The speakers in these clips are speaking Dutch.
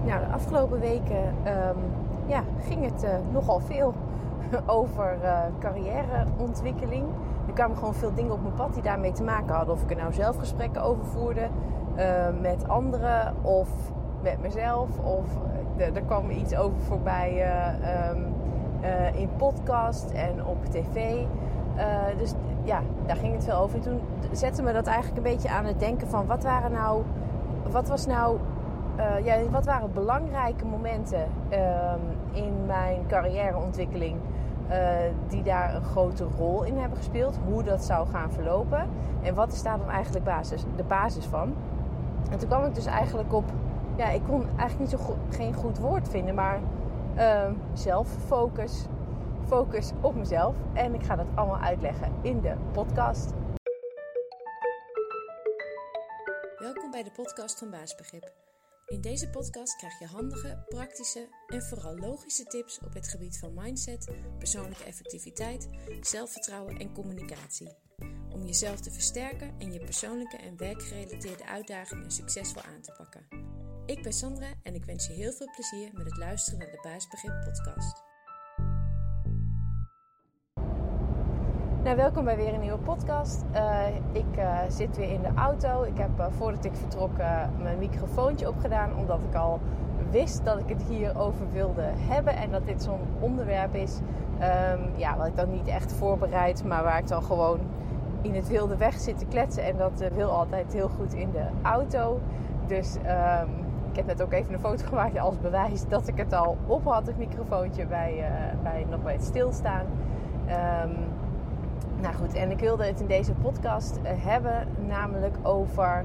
Nou, de afgelopen weken ging het nogal veel over carrièreontwikkeling. Er kwamen gewoon veel dingen op mijn pad die daarmee te maken hadden. Of ik er nou zelf gesprekken over voerde met anderen of met mezelf. Of er kwam iets over voorbij in podcast en op tv. Dus ja, daar ging het veel over. En toen zette me dat eigenlijk een beetje aan het denken van wat waren belangrijke momenten in mijn carrièreontwikkeling die daar een grote rol in hebben gespeeld. Hoe dat zou gaan verlopen. En wat is daar dan eigenlijk de basis van? En toen kwam ik dus eigenlijk op... Ja, ik kon eigenlijk niet geen goed woord vinden. Maar zelffocus. Focus op mezelf. En ik ga dat allemaal uitleggen in de podcast. Welkom bij de podcast van Baasbegrip. In deze podcast krijg je handige, praktische en vooral logische tips op het gebied van mindset, persoonlijke effectiviteit, zelfvertrouwen en communicatie. Om jezelf te versterken en je persoonlijke en werkgerelateerde uitdagingen succesvol aan te pakken. Ik ben Sandra en ik wens je heel veel plezier met het luisteren naar de Baasbegrip podcast. Nou, welkom bij weer een nieuwe podcast. Ik zit weer in de auto. Ik heb voordat ik vertrok mijn microfoontje opgedaan. Omdat ik al wist dat ik het hierover wilde hebben. En dat dit zo'n onderwerp is. Wat ik dan niet echt voorbereid. Maar waar ik dan gewoon in het wilde weg zit te kletsen. En dat wil altijd heel goed in de auto. Dus ik heb net ook even een foto gemaakt als bewijs dat ik het al op had. Het microfoontje bij het stilstaan. Nou goed, en ik wilde het in deze podcast hebben, namelijk over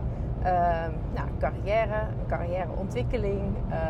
carrièreontwikkeling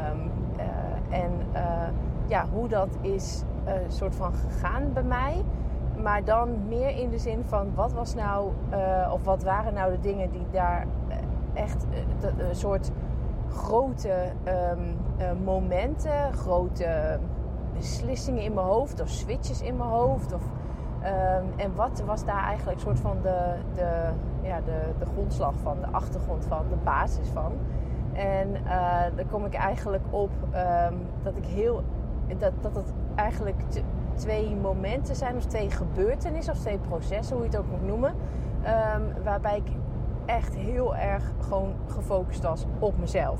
hoe dat is soort van gegaan bij mij. Maar dan meer in de zin van wat waren nou de dingen die daar echt een soort grote momenten, grote beslissingen in mijn hoofd of switches in mijn hoofd en wat was daar eigenlijk soort van de grondslag van, de achtergrond van, de basis van. En daar kom ik eigenlijk op dat het eigenlijk twee momenten zijn, of twee gebeurtenissen, of twee processen, hoe je het ook moet noemen. Waarbij ik echt heel erg gewoon gefocust was op mezelf.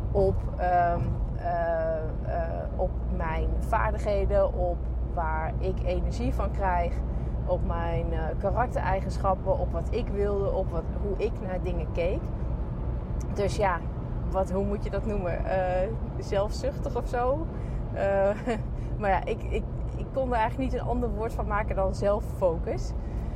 Op mijn vaardigheden, op waar ik energie van krijg, op mijn karaktereigenschappen, op wat ik wilde, op hoe ik naar dingen keek. Dus ja, hoe moet je dat noemen? Zelfzuchtig of zo? Maar ja, ik kon er eigenlijk niet een ander woord van maken dan zelffocus.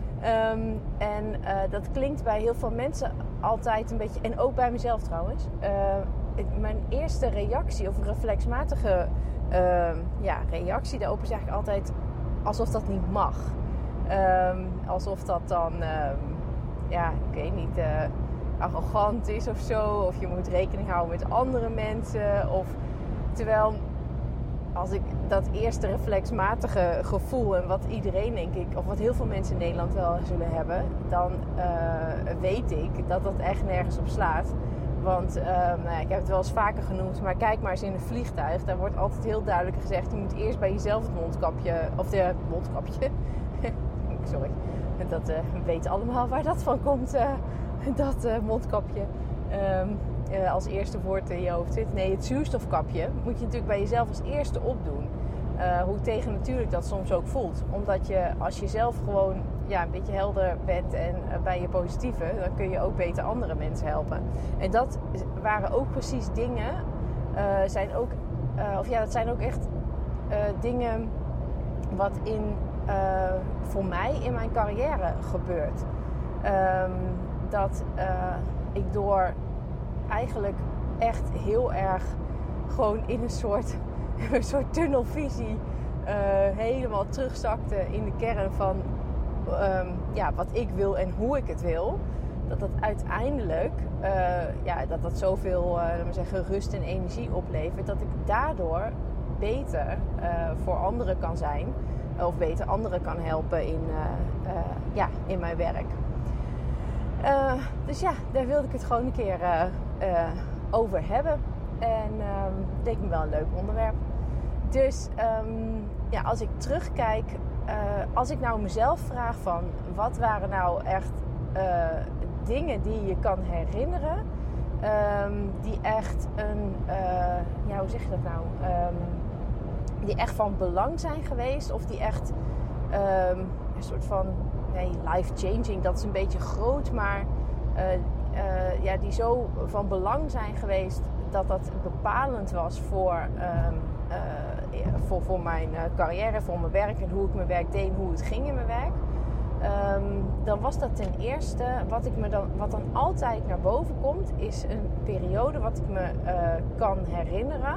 Dat klinkt bij heel veel mensen altijd een beetje, en ook bij mezelf trouwens. Mijn eerste reactie of reflexmatige reactie daarop is eigenlijk altijd alsof dat niet mag. Alsof dat dan, ik weet niet, arrogant is of zo. Of je moet rekening houden met andere mensen. Terwijl als ik dat eerste reflexmatige gevoel en wat iedereen denk ik, of wat heel veel mensen in Nederland wel zullen hebben, dan weet ik dat dat echt nergens op slaat. Want ik heb het wel eens vaker genoemd, maar kijk maar eens in een vliegtuig. Daar wordt altijd heel duidelijk gezegd, je moet eerst bij jezelf het mondkapje, sorry, dat weten allemaal waar dat van komt, dat mondkapje. Als eerste woord in je hoofd zit. Nee, het zuurstofkapje moet je natuurlijk bij jezelf als eerste opdoen. Hoe tegennatuurlijk dat soms ook voelt. Omdat je, als je zelf gewoon een beetje helder bent en bij je positieve, dan kun je ook beter andere mensen helpen. En dat waren ook precies dingen. Dat zijn ook echt dingen wat voor mij in mijn carrière gebeurt. Dat ik door eigenlijk echt heel erg gewoon in een soort tunnelvisie helemaal terugzakte in de kern van wat ik wil en hoe ik het wil. Dat uiteindelijk dat zoveel rust en energie oplevert, dat ik daardoor beter voor anderen kan zijn of beter anderen kan helpen in mijn werk. Dus ja, daar wilde ik het gewoon een keer over hebben. En leek me wel een leuk onderwerp. Dus als ik terugkijk, als ik nou mezelf vraag van wat waren nou echt dingen die je kan herinneren, die echt hoe zeg je dat nou? Die echt van belang zijn geweest, of die echt een soort van life-changing, dat is een beetje groot, maar die zo van belang zijn geweest dat dat bepalend was voor mijn carrière, voor mijn werk en hoe ik mijn werk deed en hoe het ging in mijn werk. Dan was dat ten eerste, wat dan altijd naar boven komt, is een periode wat ik me kan herinneren.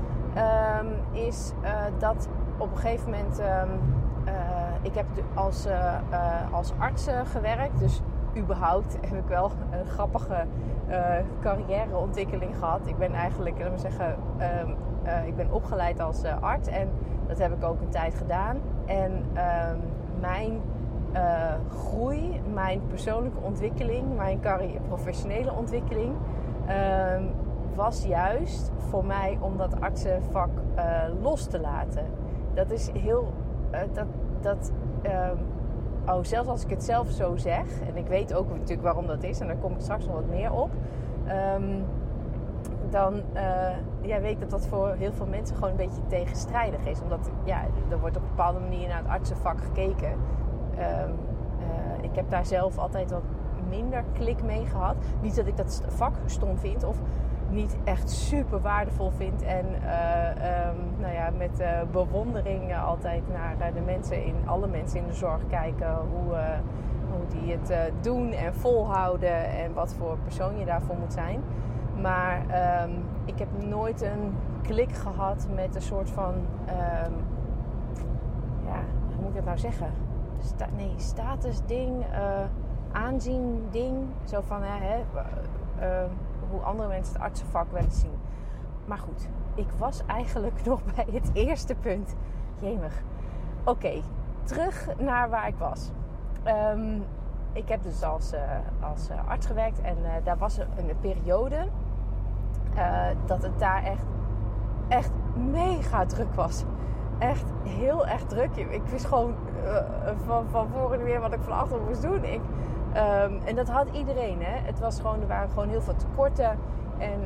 Is dat op een gegeven moment, ik heb als arts gewerkt, dus überhaupt heb ik wel een grappige carrièreontwikkeling gehad. Ik ben eigenlijk, laten we zeggen, ik ben opgeleid als arts en dat heb ik ook een tijd gedaan. En mijn groei, mijn persoonlijke ontwikkeling, mijn professionele ontwikkeling was juist voor mij om dat artsenvak los te laten. Dat is heel... zelfs als ik het zelf zo zeg, en ik weet ook natuurlijk waarom dat is, en daar kom ik straks nog wat meer op, dan weet ik dat voor heel veel mensen gewoon een beetje tegenstrijdig is. Omdat er wordt op een bepaalde manier naar het artsenvak gekeken. Ik heb daar zelf altijd wat minder klik mee gehad. Niet dat ik dat vak stom vind of niet echt super waardevol vind. En met bewondering altijd naar alle mensen in de zorg kijken. Hoe die het doen en volhouden en wat voor persoon je daarvoor moet zijn. Maar ik heb nooit een klik gehad met een soort van... hoe moet ik dat nou zeggen? Status ding, aanzien ding. Zo van hoe andere mensen het artsenvak willen zien. Maar goed, ik was eigenlijk nog bij het eerste punt. Jemig. Oké, terug naar waar ik was. Ik heb dus als arts gewerkt en daar was een periode dat het daar echt mega druk was. Echt heel erg druk. Ik wist gewoon van voren niet meer wat ik van achteren moest doen. En dat had iedereen. Hè? Er waren gewoon heel veel tekorten. En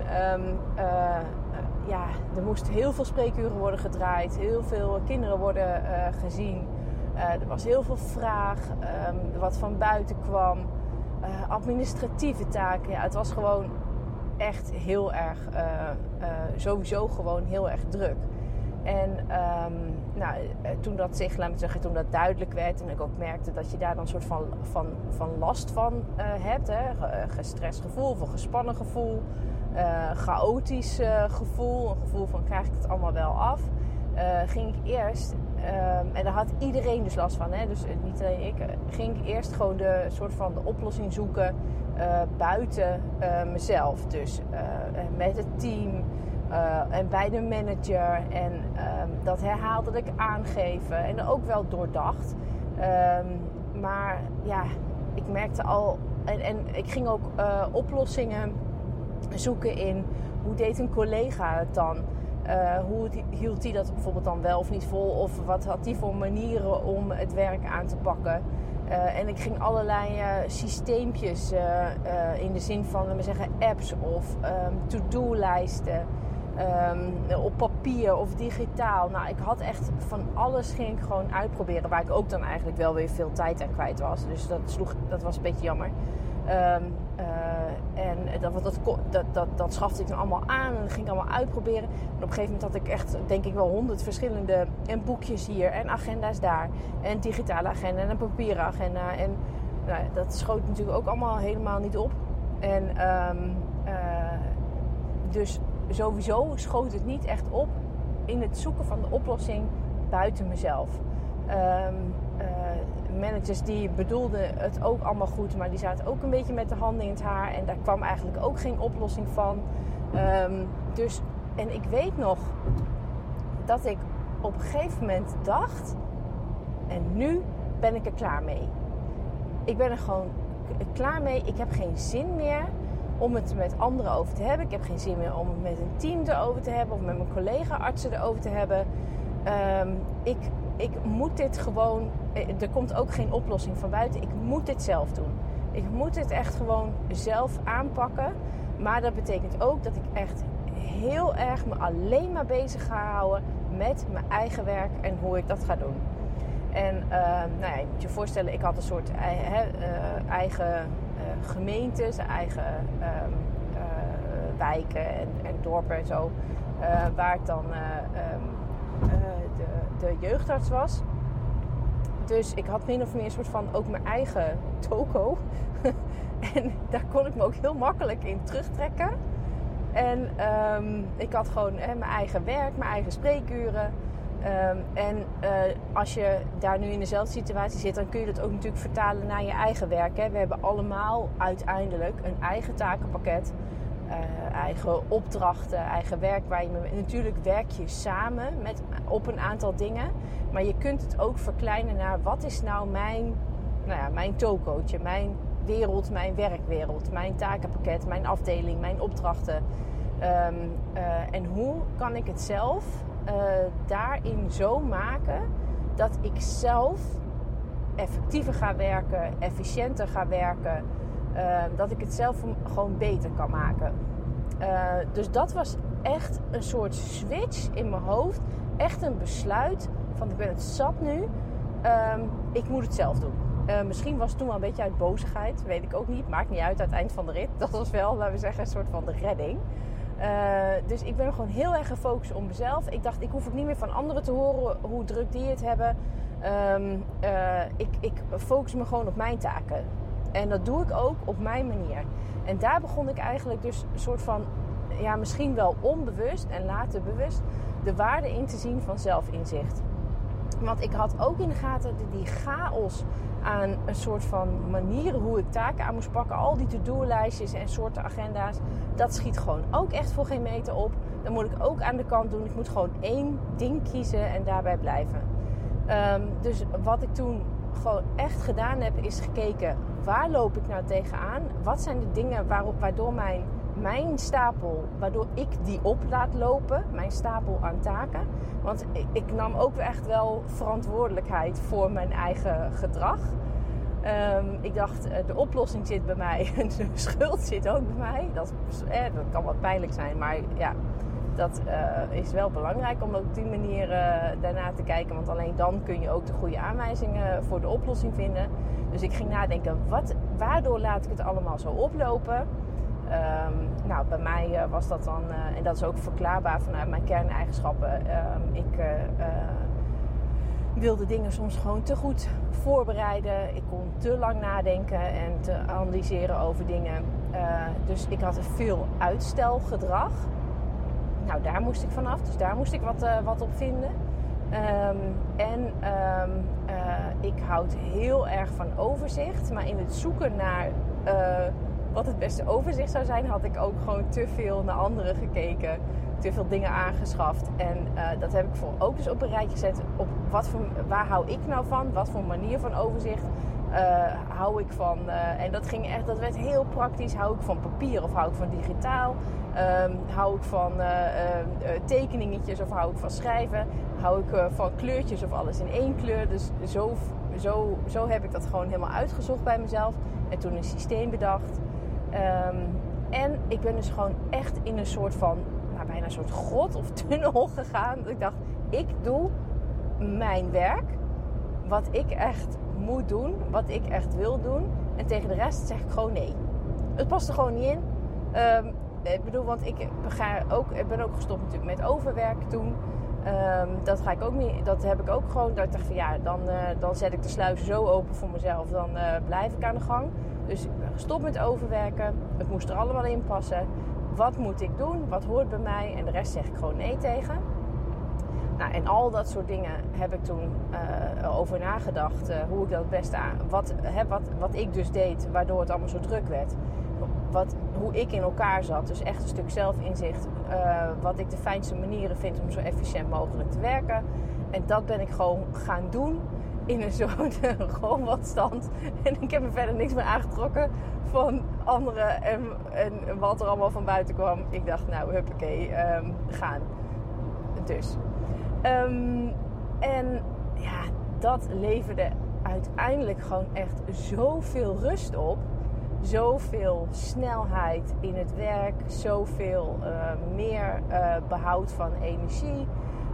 er moesten heel veel spreekuren worden gedraaid. Heel veel kinderen worden gezien. Er was heel veel vraag. Wat van buiten kwam. Administratieve taken. Ja, het was gewoon echt heel erg... sowieso gewoon heel erg druk. En toen toen dat duidelijk werd en ik ook merkte dat je daar dan een soort van last van hebt. Gestrest gevoel of een gespannen gevoel. Chaotisch gevoel. Een gevoel van krijg ik het allemaal wel af. Ging ik eerst, en daar had iedereen dus last van. Hè? Dus niet alleen ik. Ging ik eerst gewoon de oplossing zoeken buiten mezelf. Dus met het team. En bij de manager. En dat herhaaldelijk aangeven. En ook wel doordacht. Maar ja, ik merkte al... En ik ging ook oplossingen zoeken in... Hoe deed een collega het dan? Hoe hield die dat bijvoorbeeld dan wel of niet vol? Of wat had die voor manieren om het werk aan te pakken? En ik ging allerlei systeempjes... in de zin van, laten we zeggen, apps of to-do-lijsten... op papier of digitaal. Nou, ik had echt van alles ging ik gewoon uitproberen. Waar ik ook dan eigenlijk wel weer veel tijd aan kwijt was. Dus dat was een beetje jammer. En dat schafte ik dan allemaal aan. En dat ging ik allemaal uitproberen. En op een gegeven moment had ik echt, denk ik wel 100 verschillende... En boekjes hier en agenda's daar. En digitale agenda en een papieren agenda. En dat schoot natuurlijk ook allemaal helemaal niet op. En dus... Sowieso schoot het niet echt op in het zoeken van de oplossing buiten mezelf. Managers die bedoelden het ook allemaal goed, maar die zaten ook een beetje met de handen in het haar. En daar kwam eigenlijk ook geen oplossing van. En ik weet nog dat ik op een gegeven moment dacht... En nu ben ik er klaar mee. Ik ben er gewoon klaar mee. Ik heb geen zin meer om het met anderen over te hebben. Ik heb geen zin meer om het met een team erover te hebben of met mijn collega-artsen erover te hebben. Ik moet dit gewoon... Er komt ook geen oplossing van buiten. Ik moet dit zelf doen. Ik moet dit echt gewoon zelf aanpakken. Maar dat betekent ook dat ik echt heel erg me alleen maar bezig ga houden met mijn eigen werk en hoe ik dat ga doen. En je moet je voorstellen, ik had een soort eigen gemeentes, eigen wijken en dorpen en zo. Waar ik dan de jeugdarts was. Dus ik had min of meer een soort van ook mijn eigen toko. En daar kon ik me ook heel makkelijk in terugtrekken. En ik had gewoon mijn eigen werk, mijn eigen spreekuren. Als je daar nu in dezelfde situatie zit, dan kun je dat ook natuurlijk vertalen naar je eigen werk. Hè. We hebben allemaal uiteindelijk een eigen takenpakket. Eigen opdrachten, eigen werk. Natuurlijk werk je samen op een aantal dingen. Maar je kunt het ook verkleinen naar wat is nou mijn tokootje, mijn wereld, mijn werkwereld, mijn takenpakket, mijn afdeling, mijn opdrachten. En hoe kan ik het zelf daarin zo maken dat ik zelf effectiever ga werken, efficiënter ga werken. Dat ik het zelf gewoon beter kan maken. Dus dat was echt een soort switch in mijn hoofd. Echt een besluit van ik ben het zat nu. Ik moet het zelf doen. Misschien was het toen wel een beetje uit bozigheid. Weet ik ook niet. Maakt niet uit aan het eind van de rit. Dat was wel, laten we zeggen, een soort van de redding. Dus ik ben gewoon heel erg gefocust op mezelf. Ik dacht, ik hoef ook niet meer van anderen te horen hoe druk die het hebben. Ik focus me gewoon op mijn taken. En dat doe ik ook op mijn manier. En daar begon ik eigenlijk dus een soort van, misschien wel onbewust en later bewust, de waarde in te zien van zelfinzicht. Want ik had ook in de gaten die chaos aan een soort van manieren hoe ik taken aan moest pakken. Al die to-do-lijstjes en soorten agenda's. Dat schiet gewoon ook echt voor geen meter op. Dat moet ik ook aan de kant doen. Ik moet gewoon 1 ding kiezen en daarbij blijven. Dus wat ik toen gewoon echt gedaan heb, is gekeken, waar loop ik nou tegenaan? Wat zijn de dingen waardoor mijn stapel, waardoor ik die op laat lopen, mijn stapel aan taken. Want ik nam ook echt wel verantwoordelijkheid voor mijn eigen gedrag. Ik dacht, de oplossing zit bij mij en de schuld zit ook bij mij. Dat kan wat pijnlijk zijn, maar ja, dat is wel belangrijk om op die manier daarna te kijken. Want alleen dan kun je ook de goede aanwijzingen voor de oplossing vinden. Dus ik ging nadenken, waardoor laat ik het allemaal zo oplopen? Bij mij was dat dan, en dat is ook verklaarbaar vanuit mijn kerneigenschappen. Ik wilde dingen soms gewoon te goed voorbereiden. Ik kon te lang nadenken en te analyseren over dingen. Dus ik had veel uitstelgedrag. Nou, daar moest ik vanaf. Dus daar moest ik wat op vinden. Ik houd heel erg van overzicht. Maar in het zoeken naar wat het beste overzicht zou zijn, had ik ook gewoon te veel naar anderen gekeken. Te veel dingen aangeschaft. En dat heb ik ook dus op een rijtje gezet. Waar hou ik nou van? Wat voor manier van overzicht hou ik van? En dat werd heel praktisch. Hou ik van papier of hou ik van digitaal? Hou ik van tekeningetjes of hou ik van schrijven? Hou ik van kleurtjes of alles in 1 kleur? Dus zo heb ik dat gewoon helemaal uitgezocht bij mezelf. En toen een systeem bedacht. En ik ben dus gewoon echt in een soort van, bijna een soort grot of tunnel gegaan. Dat ik dacht, ik doe mijn werk. Wat ik echt moet doen. Wat ik echt wil doen. En tegen de rest zeg ik gewoon nee. Het past er gewoon niet in. Ik bedoel, want ik ben ook gestopt natuurlijk met overwerken toen. Dat heb ik ook gewoon. Dat ik dacht van dan zet ik de sluizen zo open voor mezelf. Dan blijf ik aan de gang. Dus ik ben gestopt met overwerken. Het moest er allemaal in passen. Wat moet ik doen? Wat hoort bij mij? En de rest zeg ik gewoon nee tegen. Nou, en al dat soort dingen heb ik toen over nagedacht. Hoe ik dat het beste wat ik dus deed, waardoor het allemaal zo druk werd. Hoe ik in elkaar zat. Dus echt een stuk zelfinzicht. Wat ik de fijnste manieren vind om zo efficiënt mogelijk te werken. En dat ben ik gewoon gaan doen. in een soort golfbadstand. En ik heb me verder niks meer aangetrokken van anderen en wat er allemaal van buiten kwam. Ik dacht, nou, huppakee, gaan. Dus. En ja, dat leverde uiteindelijk gewoon echt zoveel rust op. Zoveel snelheid in het werk. Zoveel meer behoud van energie.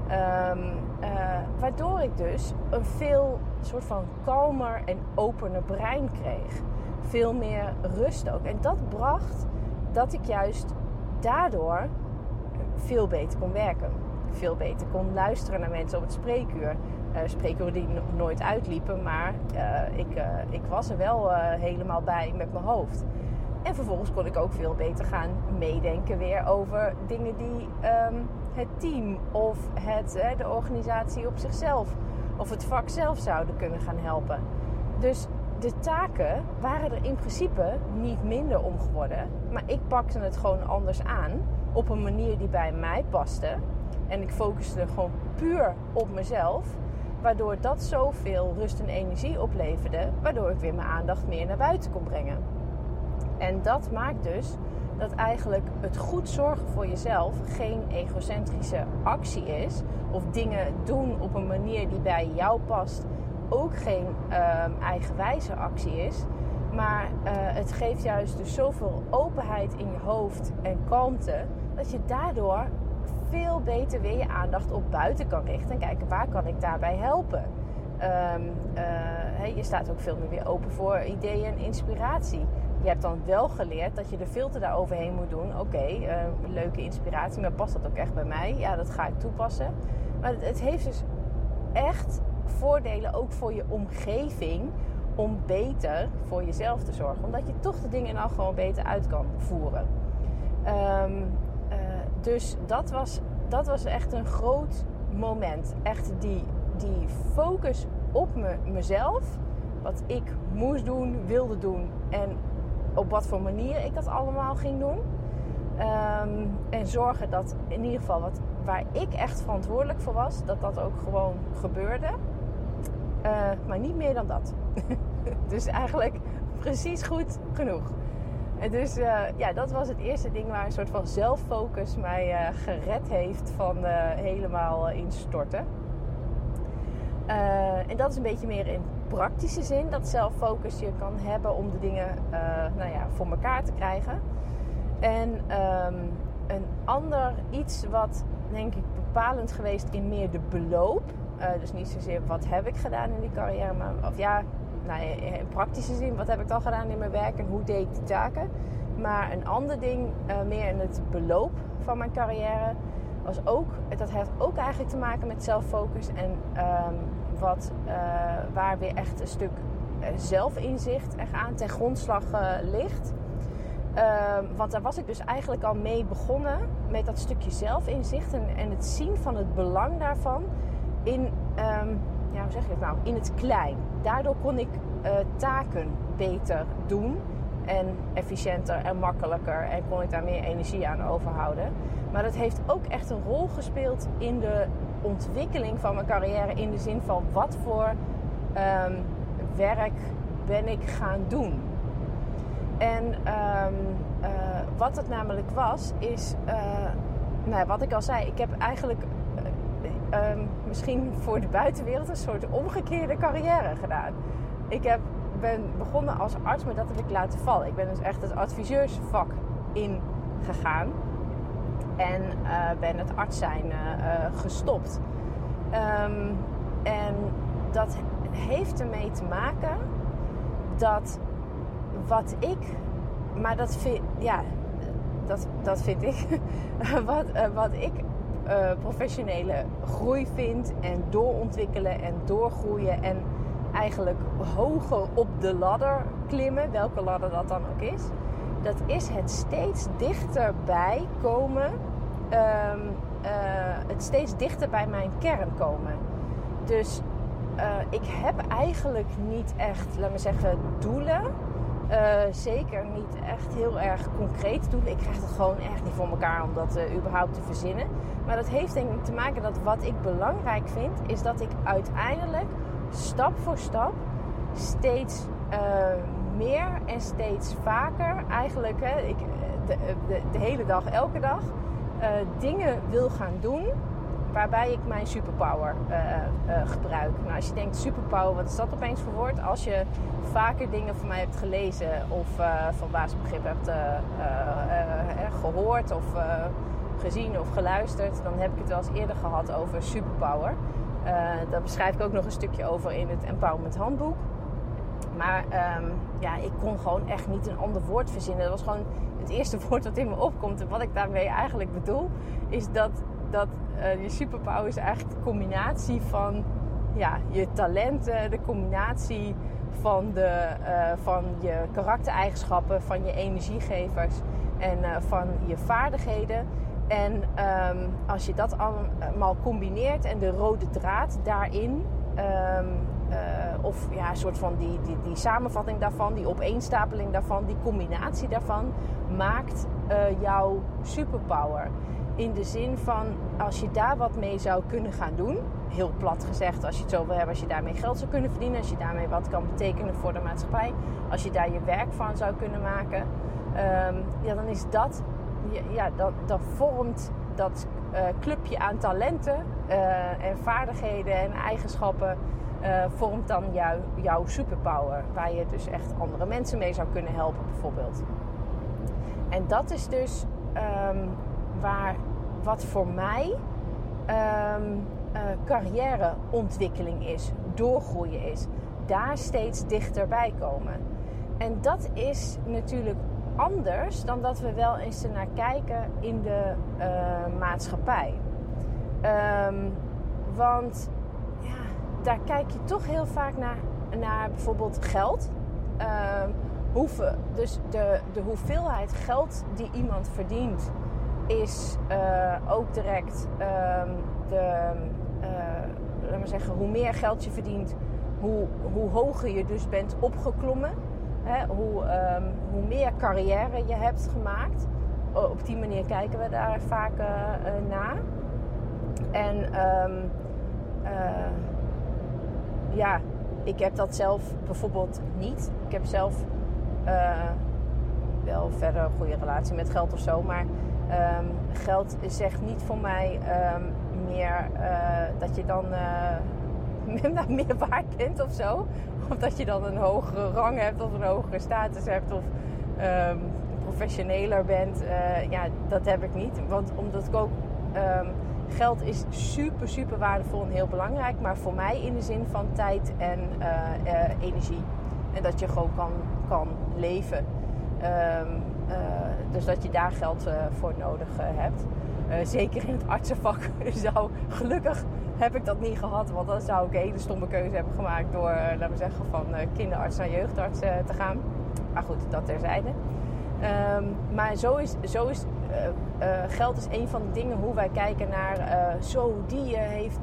Waardoor ik dus een veel soort van kalmer en opener brein kreeg. Veel meer rust ook. En dat bracht dat ik juist daardoor veel beter kon werken. Veel beter kon luisteren naar mensen op het spreekuur. Spreekuren die nooit uitliepen, maar ik was er wel helemaal bij met mijn hoofd. En vervolgens kon ik ook veel beter gaan meedenken weer over dingen die het team of de organisatie op zichzelf of het vak zelf zouden kunnen gaan helpen. Dus de taken waren er in principe niet minder om geworden, maar ik pakte het gewoon anders aan op een manier die bij mij paste. En ik focuste gewoon puur op mezelf, waardoor dat zoveel rust en energie opleverde, waardoor ik weer mijn aandacht meer naar buiten kon brengen. En dat maakt dus dat eigenlijk het goed zorgen voor jezelf geen egocentrische actie is. Of dingen doen op een manier die bij jou past ook geen eigenwijze actie is. Maar het geeft juist dus zoveel openheid in je hoofd en kalmte, dat je daardoor veel beter weer je aandacht op buiten kan richten. En kijken, waar kan ik daarbij helpen? Je staat ook veel meer weer open voor ideeën en inspiratie. Je hebt dan wel geleerd dat je de filter daar overheen moet doen. Oké, leuke inspiratie, maar past dat ook echt bij mij? Ja, dat ga ik toepassen. Maar het heeft dus echt voordelen ook voor je omgeving om beter voor jezelf te zorgen. Omdat je toch de dingen dan gewoon beter uit kan voeren. Dus dat was echt een groot moment. Echt die focus op mezelf. Wat ik moest doen, wilde doen. En op wat voor manier ik dat allemaal ging doen. En zorgen dat in ieder geval waar ik echt verantwoordelijk voor was, dat ook gewoon gebeurde. Maar niet meer dan dat. Dus eigenlijk precies goed genoeg. En dus dat was het eerste ding waar een soort van zelffocus mij gered heeft van helemaal instorten. En dat is een beetje meer in praktische zin. Dat zelffocus je kan hebben om de dingen voor elkaar te krijgen. En een ander iets wat denk ik bepalend geweest in meer de beloop. Dus niet zozeer wat heb ik gedaan in die carrière. Maar in praktische zin, wat heb ik dan gedaan in mijn werk en hoe deed ik die taken. Maar een ander ding, meer in het beloop van mijn carrière, dat heeft ook eigenlijk te maken met zelffocus. En waar weer echt een stuk zelfinzicht echt aan ten grondslag ligt. Want daar was ik dus eigenlijk al mee begonnen met dat stukje zelfinzicht en het zien van het belang daarvan in, hoe zeg je het nou, in het klein. Daardoor kon ik taken beter doen en efficiënter en makkelijker en kon ik daar meer energie aan overhouden. Maar dat heeft ook echt een rol gespeeld in de ontwikkeling van mijn carrière in de zin van wat voor werk ben ik gaan doen. En wat het namelijk was, is wat ik al zei, ik heb eigenlijk misschien voor de buitenwereld een soort omgekeerde carrière gedaan. Ik ben begonnen als arts, maar dat heb ik laten vallen. Ik ben dus echt het adviseursvak ingegaan en ben het arts zijn gestopt. En dat heeft ermee te maken dat wat ik, maar dat vind ik, wat ik professionele groei vind en doorontwikkelen en doorgroeien en eigenlijk hoger op de ladder klimmen, welke ladder dat dan ook is, dat is het steeds dichterbij komen, het steeds dichter bij mijn kern komen. Dus ik heb eigenlijk niet echt, laat me zeggen, doelen. Zeker niet echt heel erg concrete doelen. Ik krijg het gewoon echt niet voor elkaar om dat überhaupt te verzinnen. Maar dat heeft denk ik te maken dat wat ik belangrijk vind, is dat ik uiteindelijk stap voor stap steeds meer en steeds vaker eigenlijk de hele dag, elke dag dingen wil gaan doen waarbij ik mijn superpower gebruik. Nou, als je denkt superpower, wat is dat opeens voor woord? Als je vaker dingen van mij hebt gelezen of van basisbegrip hebt gehoord of gezien of geluisterd, dan heb ik het wel eens eerder gehad over superpower. Daar beschrijf ik ook nog een stukje over in het Empowerment Handboek. Maar ik kon gewoon echt niet een ander woord verzinnen. Dat was gewoon het eerste woord dat in me opkomt. En wat ik daarmee eigenlijk bedoel, is dat je superpower is eigenlijk de combinatie van je talenten, de combinatie van je karaktereigenschappen, van je energiegevers en van je vaardigheden. En als je dat allemaal combineert en de rode draad daarin, een soort van die samenvatting daarvan, die opeenstapeling daarvan, die combinatie daarvan, maakt jouw superpower. In de zin van, als je daar wat mee zou kunnen gaan doen, heel plat gezegd, als je het zo wil hebben, als je daarmee geld zou kunnen verdienen, als je daarmee wat kan betekenen voor de maatschappij, als je daar je werk van zou kunnen maken, dan is dat, dat vormt dat clubje aan talenten en vaardigheden en eigenschappen, vormt dan jouw superpower, waar je dus echt andere mensen mee zou kunnen helpen bijvoorbeeld. En dat is dus wat voor mij carrièreontwikkeling is, doorgroeien is. Daar steeds dichterbij komen. En dat is natuurlijk anders dan dat we wel eens ernaar kijken in de maatschappij. Want daar kijk je toch heel vaak naar bijvoorbeeld geld. Dus de hoeveelheid geld die iemand verdient is ook direct laten we zeggen, hoe meer geld je verdient, hoe hoger je dus bent opgeklommen. Hè? Hoe meer carrière je hebt gemaakt. Op die manier kijken we daar vaak naar. En ik heb dat zelf bijvoorbeeld niet. Ik heb zelf wel verder een goede relatie met geld of zo. Maar geld zegt niet voor mij meer dat je dan meer waard bent of zo. Of dat je dan een hogere rang hebt of een hogere status hebt of professioneler bent. Dat heb ik niet. Want omdat ik ook... geld is super, super waardevol en heel belangrijk. Maar voor mij in de zin van tijd en energie. En dat je gewoon kan leven. Dus dat je daar geld voor nodig hebt. Zeker in het artsenvak gelukkig heb ik dat niet gehad. Want dan zou ik een hele stomme keuze hebben gemaakt door, laten we zeggen, van kinderarts naar jeugdarts te gaan. Maar goed, dat terzijde. Maar zo is geld is een van de dingen hoe wij kijken naar die heeft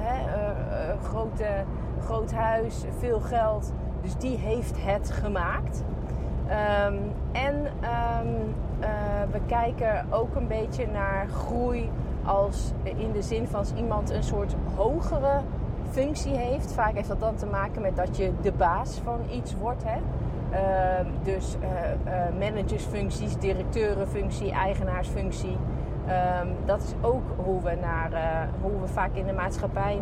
groot huis, veel geld. Dus die heeft het gemaakt. We kijken ook een beetje naar groei als in de zin van als iemand een soort hogere functie heeft. Vaak heeft dat dan te maken met dat je de baas van iets wordt. Hè? Managersfuncties, directeurenfunctie, eigenaarsfunctie. Dat is ook hoe we vaak in de maatschappij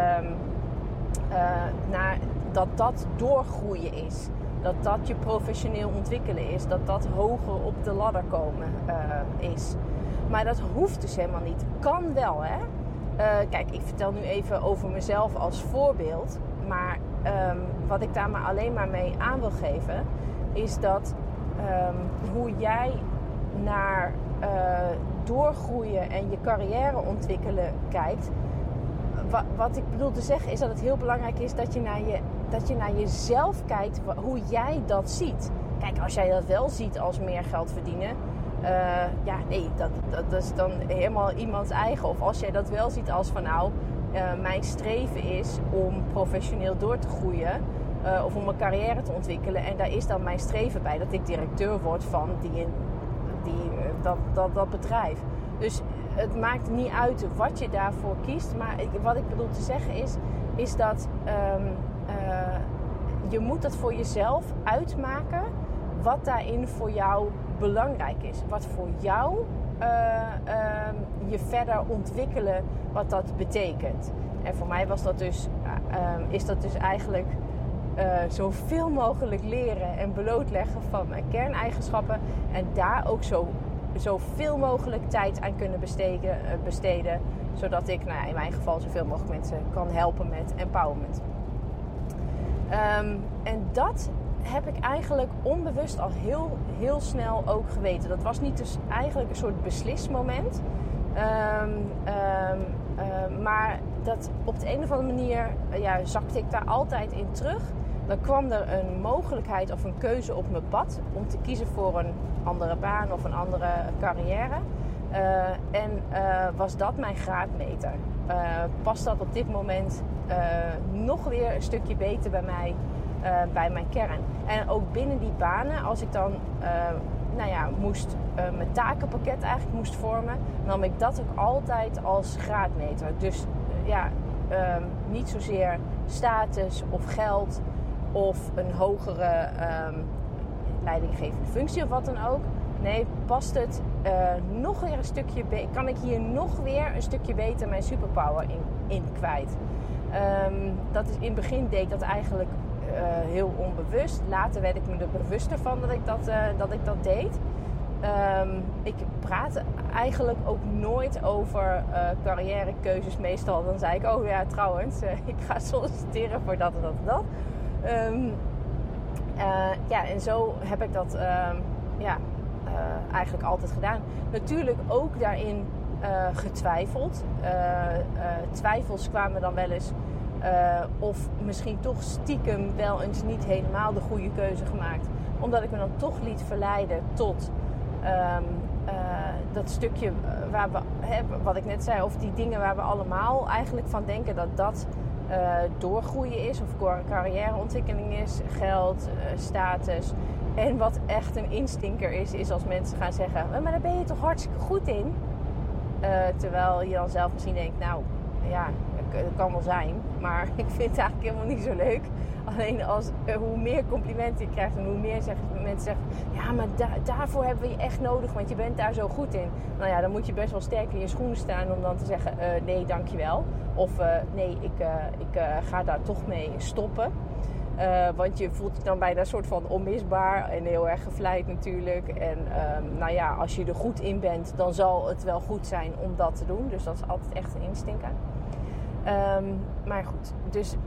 naar dat doorgroeien is. Dat je professioneel ontwikkelen is. Dat hoger op de ladder komen is. Maar dat hoeft dus helemaal niet. Kan wel, hè. Kijk, ik vertel nu even over mezelf als voorbeeld. Maar wat ik daar alleen maar mee aan wil geven... is dat hoe jij naar doorgroeien en je carrière ontwikkelen kijkt... Wat ik bedoel te zeggen is dat het heel belangrijk is dat je naar jezelf kijkt, hoe jij dat ziet. Kijk, als jij dat wel ziet als meer geld verdienen, dat is dan helemaal iemands eigen. Of als jij dat wel ziet als van mijn streven is om professioneel door te groeien of om een carrière te ontwikkelen. En daar is dan mijn streven bij dat ik directeur word van dat bedrijf. Dus het maakt niet uit wat je daarvoor kiest. Maar wat ik bedoel te zeggen is is dat je moet dat voor jezelf uitmaken wat daarin voor jou belangrijk is. Wat voor jou je verder ontwikkelen, wat dat betekent. En voor mij was dat dus, is dat dus eigenlijk zoveel mogelijk leren en blootleggen van mijn kerneigenschappen. En daar ook zoveel mogelijk tijd aan kunnen besteden. Zodat ik in mijn geval zoveel mogelijk mensen kan helpen met empowerment. En dat heb ik eigenlijk onbewust al heel snel ook geweten. Dat was niet dus eigenlijk een soort beslismoment. Maar dat op de een of andere manier zakte ik daar altijd in terug. Dan kwam er een mogelijkheid of een keuze op mijn pad om te kiezen voor een andere baan of een andere carrière. Was dat mijn graadmeter. Past dat op dit moment nog weer een stukje beter bij mij, bij mijn kern. En ook binnen die banen, als ik dan mijn takenpakket eigenlijk moest vormen, nam ik dat ook altijd als graadmeter. Dus niet zozeer status of geld of een hogere leidinggevende functie of wat dan ook. Nee, past het nog weer een stukje beter? Kan ik hier nog weer een stukje beter mijn superpower in kwijt? Dat is in het begin deed ik dat eigenlijk heel onbewust. Later werd ik me er bewuster van dat ik dat deed. Ik praat eigenlijk ook nooit over carrièrekeuzes. Meestal dan zei ik, trouwens, ik ga solliciteren voor dat en dat en dat. En zo heb ik dat eigenlijk altijd gedaan. Natuurlijk ook daarin getwijfeld. Twijfels kwamen dan wel eens of misschien toch stiekem wel eens niet helemaal de goede keuze gemaakt. Omdat ik me dan toch liet verleiden tot dat stukje waar we, wat ik net zei, of die dingen waar we allemaal eigenlijk van denken dat doorgroeien is, of carrièreontwikkeling is, geld, status. En wat echt een instinker is als mensen gaan zeggen, maar daar ben je toch hartstikke goed in. Terwijl je dan zelf misschien denkt, dat kan wel zijn, maar ik vind het eigenlijk helemaal niet zo leuk. Alleen hoe meer complimenten je krijgt en hoe meer mensen zeggen, ja, maar daarvoor hebben we je echt nodig, want je bent daar zo goed in. Nou ja, dan moet je best wel sterk in je schoenen staan om dan te zeggen, nee, dankjewel. Of nee, ik ga daar toch mee stoppen. Want je voelt je dan bijna een soort van onmisbaar en heel erg gevleid natuurlijk. En als je er goed in bent, dan zal het wel goed zijn om dat te doen. Dus dat is altijd echt een instinker. Maar goed, dus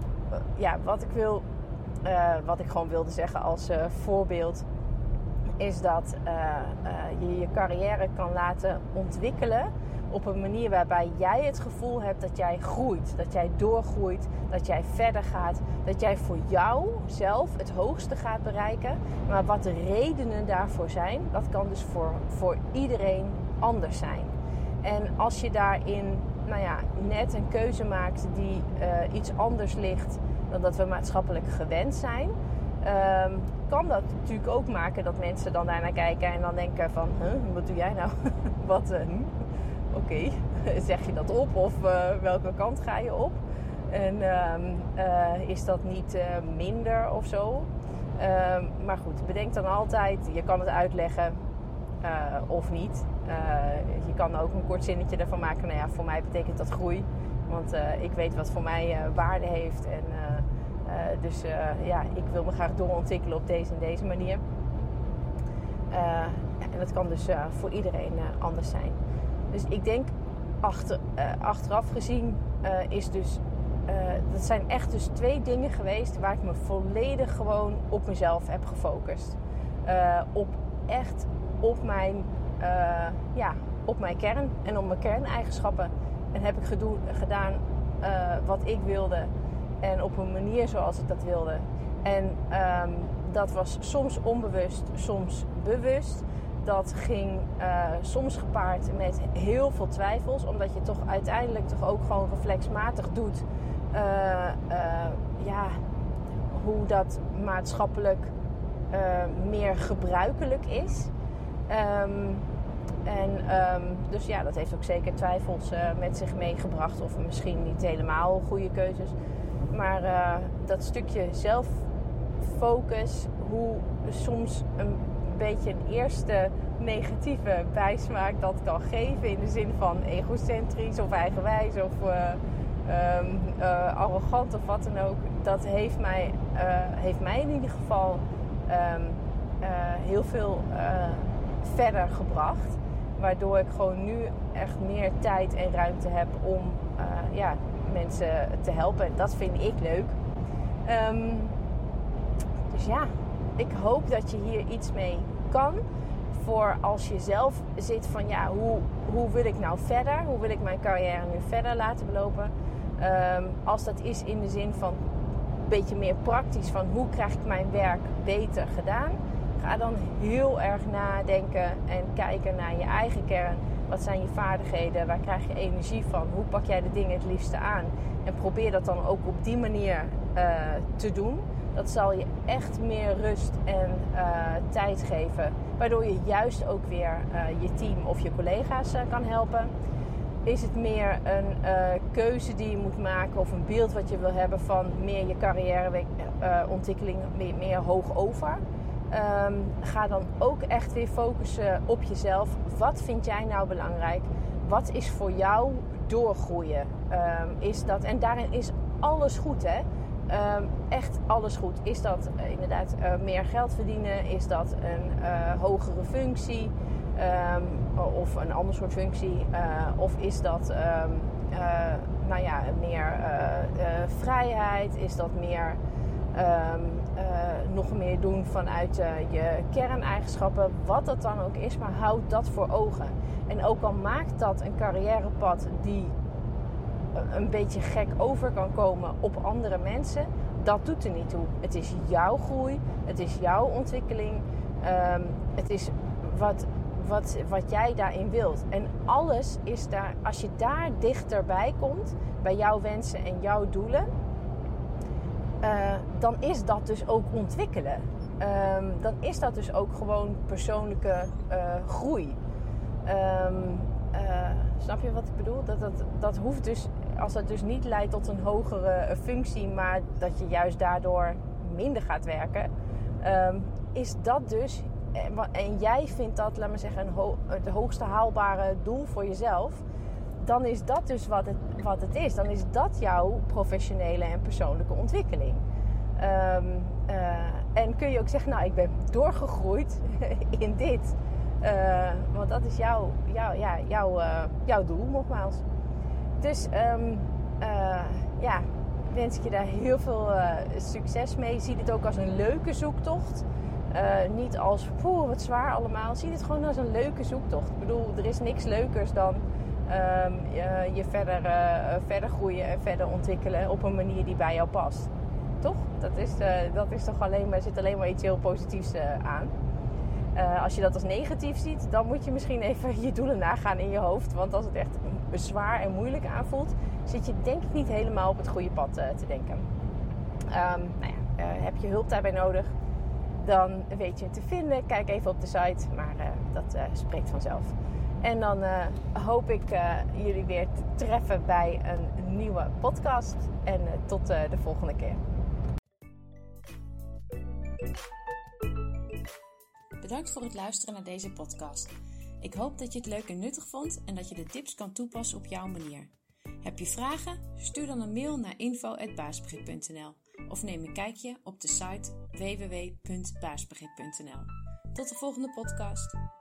wat ik gewoon wilde zeggen als voorbeeld, is dat je je carrière kan laten ontwikkelen op een manier waarbij jij het gevoel hebt dat jij groeit, dat jij doorgroeit, dat jij verder gaat, dat jij voor jou zelf het hoogste gaat bereiken. Maar wat de redenen daarvoor zijn, dat kan dus voor iedereen anders zijn. En als je daarin net een keuze maakt die iets anders ligt dan dat we maatschappelijk gewend zijn, kan dat natuurlijk ook maken dat mensen dan daarnaar kijken en dan denken van, wat doe jij nou? Oké, zeg je dat op of welke kant ga je op? En is dat niet minder of zo? Maar goed, bedenk dan altijd, je kan het uitleggen of niet. Je kan ook een kort zinnetje ervan maken. Voor mij betekent dat groei. Want ik weet wat voor mij waarde heeft. En ik wil me graag doorontwikkelen op deze en deze manier. En dat kan dus voor iedereen anders zijn. Dus ik denk, achteraf gezien is dus... dat zijn echt dus 2 dingen geweest waar ik me volledig gewoon op mezelf heb gefocust. Op mijn kern en op mijn kerneigenschappen. En heb ik gedaan wat ik wilde. En op een manier zoals ik dat wilde. En dat was soms onbewust, soms bewust. Dat ging soms gepaard met heel veel twijfels. Omdat je toch uiteindelijk toch ook gewoon reflexmatig doet. Hoe dat maatschappelijk meer gebruikelijk is. Dus dat heeft ook zeker twijfels met zich meegebracht. Of misschien niet helemaal goede keuzes. Maar dat stukje zelffocus, hoe soms een beetje een eerste negatieve bijsmaak dat kan geven. In de zin van egocentrisch of eigenwijs of arrogant of wat dan ook. Dat heeft mij in ieder geval heel veel verder gebracht. Waardoor ik gewoon nu echt meer tijd en ruimte heb om mensen te helpen. En dat vind ik leuk. Dus ja, ik hoop dat je hier iets mee kan. Voor als je zelf zit van hoe wil ik nou verder? Hoe wil ik mijn carrière nu verder laten belopen? Als dat is in de zin van een beetje meer praktisch van hoe krijg ik mijn werk beter gedaan? Ga dan heel erg nadenken en kijken naar je eigen kern. Wat zijn je vaardigheden? Waar krijg je energie van? Hoe pak jij de dingen het liefste aan? En probeer dat dan ook op die manier te doen. Dat zal je echt meer rust en tijd geven. Waardoor je juist ook weer je team of je collega's kan helpen. Is het meer een keuze die je moet maken of een beeld wat je wil hebben van meer je carrièreontwikkeling meer hoog over? Ga dan ook echt weer focussen op jezelf. Wat vind jij nou belangrijk? Wat is voor jou doorgroeien? En daarin is alles goed, hè? Echt alles goed. Is dat inderdaad meer geld verdienen? Is dat een hogere functie? Of een ander soort functie? Of is dat meer vrijheid? Is dat meer nog meer doen vanuit je kerneigenschappen? Wat dat dan ook is, maar houd dat voor ogen. En ook al maakt dat een carrièrepad die een beetje gek over kan komen op andere mensen, dat doet er niet toe. Het is jouw groei, het is jouw ontwikkeling, het is wat jij daarin wilt. En alles is daar, als je daar dichterbij komt, bij jouw wensen en jouw doelen, dan is dat dus ook ontwikkelen. Dan is dat dus ook gewoon persoonlijke groei. Snap je wat ik bedoel? Dat hoeft dus, als dat dus niet leidt tot een hogere functie, maar dat je juist daardoor minder gaat werken, is dat dus, en jij vindt dat, laat maar zeggen, het hoogste haalbare doel voor jezelf, dan is dat dus wat het is. Dan is dat jouw professionele en persoonlijke ontwikkeling. En kun je ook zeggen, nou, ik ben doorgegroeid in dit. Want dat is jouw doel, nogmaals. Dus wens ik je daar heel veel succes mee. Zie dit ook als een leuke zoektocht. Niet als, wat zwaar allemaal. Zie dit gewoon als een leuke zoektocht. Ik bedoel, er is niks leukers dan je verder groeien en verder ontwikkelen op een manier die bij jou past. Toch? Dat is toch zit alleen maar iets heel positiefs aan. Als je dat als negatief ziet, dan moet je misschien even je doelen nagaan in je hoofd. Want als het echt zwaar en moeilijk aanvoelt, zit je denk ik niet helemaal op het goede pad te denken. Heb je hulp daarbij nodig, dan weet je het te vinden. Kijk even op de site, maar dat spreekt vanzelf. En dan hoop ik jullie weer te treffen bij een nieuwe podcast. En tot de volgende keer. Bedankt voor het luisteren naar deze podcast. Ik hoop dat je het leuk en nuttig vond en dat je de tips kan toepassen op jouw manier. Heb je vragen? Stuur dan een mail naar info@baasbegrip.nl of neem een kijkje op de site www.baasbegrip.nl. Tot de volgende podcast.